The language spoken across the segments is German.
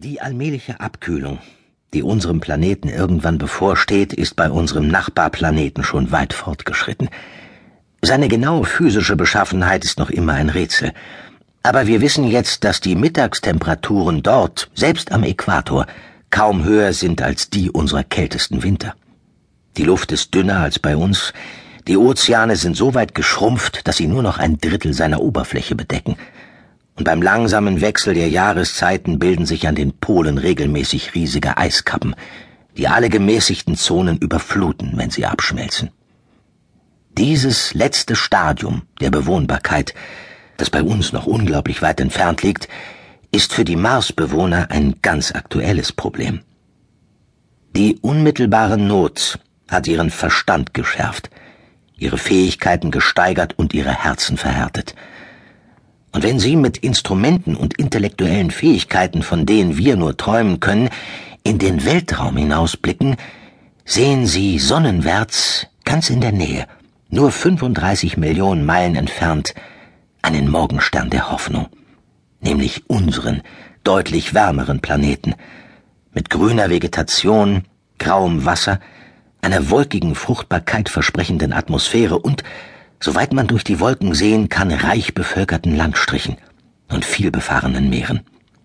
Die allmähliche Abkühlung, die unserem Planeten irgendwann bevorsteht, ist bei unserem Nachbarplaneten schon weit fortgeschritten. Seine genaue physische Beschaffenheit ist noch immer ein Rätsel. Aber wir wissen jetzt, dass die Mittagstemperaturen dort, selbst am Äquator, kaum höher sind als die unserer kältesten Winter. Die Luft ist dünner als bei uns, die Ozeane sind so weit geschrumpft, dass sie nur noch 1/3 seiner Oberfläche bedecken. Und beim langsamen Wechsel der Jahreszeiten bilden sich an den Polen regelmäßig riesige Eiskappen, die alle gemäßigten Zonen überfluten, wenn sie abschmelzen. Dieses letzte Stadium der Bewohnbarkeit, das bei uns noch unglaublich weit entfernt liegt, ist für die Marsbewohner ein ganz aktuelles Problem. Die unmittelbare Not hat ihren Verstand geschärft, ihre Fähigkeiten gesteigert und ihre Herzen verhärtet. Und wenn sie mit Instrumenten und intellektuellen Fähigkeiten, von denen wir nur träumen können, in den Weltraum hinausblicken, sehen sie sonnenwärts, ganz in der Nähe, nur 35 Millionen Meilen entfernt, einen Morgenstern der Hoffnung, nämlich unseren, deutlich wärmeren Planeten, mit grüner Vegetation, grauem Wasser, einer wolkigen Fruchtbarkeit versprechenden Atmosphäre und, soweit man durch die Wolken sehen kann, reich bevölkerten Landstrichen und vielbefahrenen Meeren.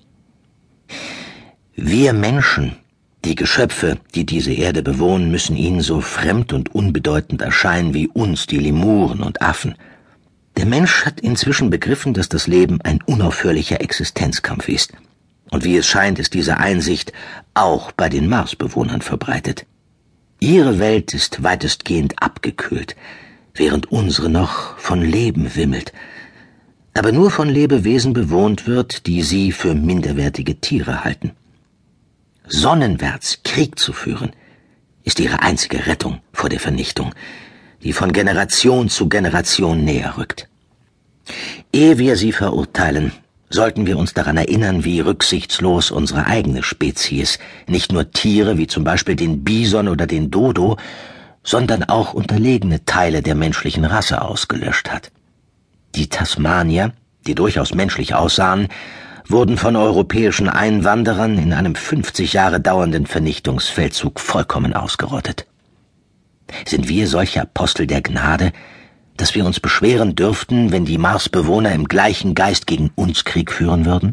Wir Menschen, die Geschöpfe, die diese Erde bewohnen, müssen ihnen so fremd und unbedeutend erscheinen wie uns die Lemuren und Affen. Der Mensch hat inzwischen begriffen, dass das Leben ein unaufhörlicher Existenzkampf ist. Und wie es scheint, ist diese Einsicht auch bei den Marsbewohnern verbreitet. Ihre Welt ist weitestgehend abgekühlt, während unsere noch von Leben wimmelt, aber nur von Lebewesen bewohnt wird, die sie für minderwertige Tiere halten. Sonnenwärts Krieg zu führen, ist ihre einzige Rettung vor der Vernichtung, die von Generation zu Generation näher rückt. Ehe wir sie verurteilen, sollten wir uns daran erinnern, wie rücksichtslos unsere eigene Spezies nicht nur Tiere wie zum Beispiel den Bison oder den Dodo, sondern auch unterlegene Teile der menschlichen Rasse ausgelöscht hat. Die Tasmanier, die durchaus menschlich aussahen, wurden von europäischen Einwanderern in einem 50 Jahre dauernden Vernichtungsfeldzug vollkommen ausgerottet. Sind wir solche Apostel der Gnade, dass wir uns beschweren dürften, wenn die Marsbewohner im gleichen Geist gegen uns Krieg führen würden?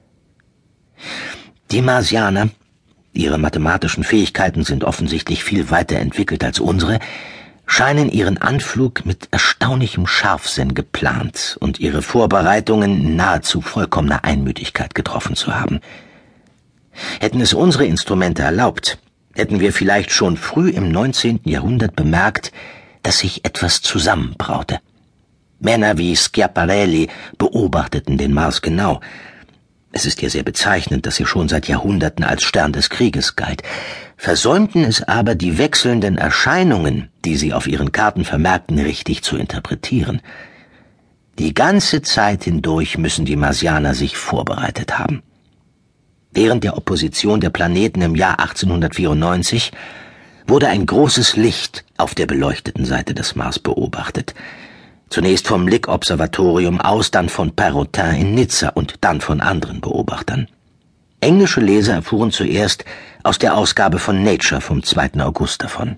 Die Marsianer, ihre mathematischen Fähigkeiten sind offensichtlich viel weiter entwickelt als unsere, scheinen ihren Anflug mit erstaunlichem Scharfsinn geplant und ihre Vorbereitungen in nahezu vollkommener Einmütigkeit getroffen zu haben. Hätten es unsere Instrumente erlaubt, hätten wir vielleicht schon früh im 19. Jahrhundert bemerkt, dass sich etwas zusammenbraute. Männer wie Schiaparelli beobachteten den Mars genau. Es ist ja sehr bezeichnend, dass er schon seit Jahrhunderten als Stern des Krieges galt, versäumten es aber, die wechselnden Erscheinungen, die sie auf ihren Karten vermerkten, richtig zu interpretieren. Die ganze Zeit hindurch müssen die Marsianer sich vorbereitet haben. Während der Opposition der Planeten im Jahr 1894 wurde ein großes Licht auf der beleuchteten Seite des Mars beobachtet. Zunächst vom Lick-Observatorium aus, dann von Perrotin in Nizza und dann von anderen Beobachtern. Englische Leser erfuhren zuerst aus der Ausgabe von Nature vom 2. August davon.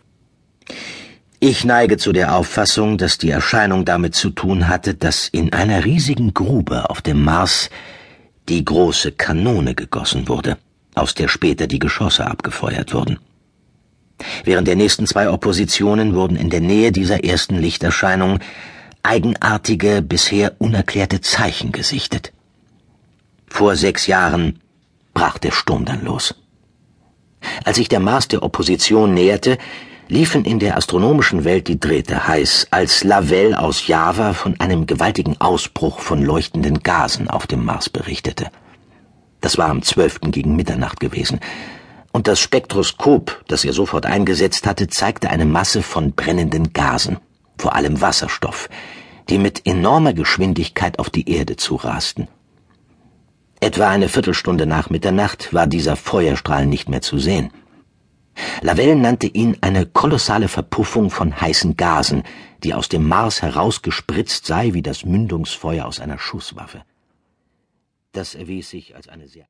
Ich neige zu der Auffassung, dass die Erscheinung damit zu tun hatte, dass in einer riesigen Grube auf dem Mars die große Kanone gegossen wurde, aus der später die Geschosse abgefeuert wurden. Während der nächsten 2 Oppositionen wurden in der Nähe dieser ersten Lichterscheinung eigenartige, bisher unerklärte Zeichen gesichtet. Vor 6 Jahren brach der Sturm dann los. Als sich der Mars der Opposition näherte, liefen in der astronomischen Welt die Drähte heiß, als Lavelle aus Java von einem gewaltigen Ausbruch von leuchtenden Gasen auf dem Mars berichtete. Das war am 12. gegen Mitternacht gewesen. Und das Spektroskop, das er sofort eingesetzt hatte, zeigte eine Masse von brennenden Gasen, vor allem Wasserstoff, die mit enormer Geschwindigkeit auf die Erde zurasten. Etwa eine Viertelstunde nach Mitternacht war dieser Feuerstrahl nicht mehr zu sehen. Lavelle nannte ihn eine kolossale Verpuffung von heißen Gasen, die aus dem Mars herausgespritzt sei wie das Mündungsfeuer aus einer Schusswaffe. Das erwies sich als eine sehr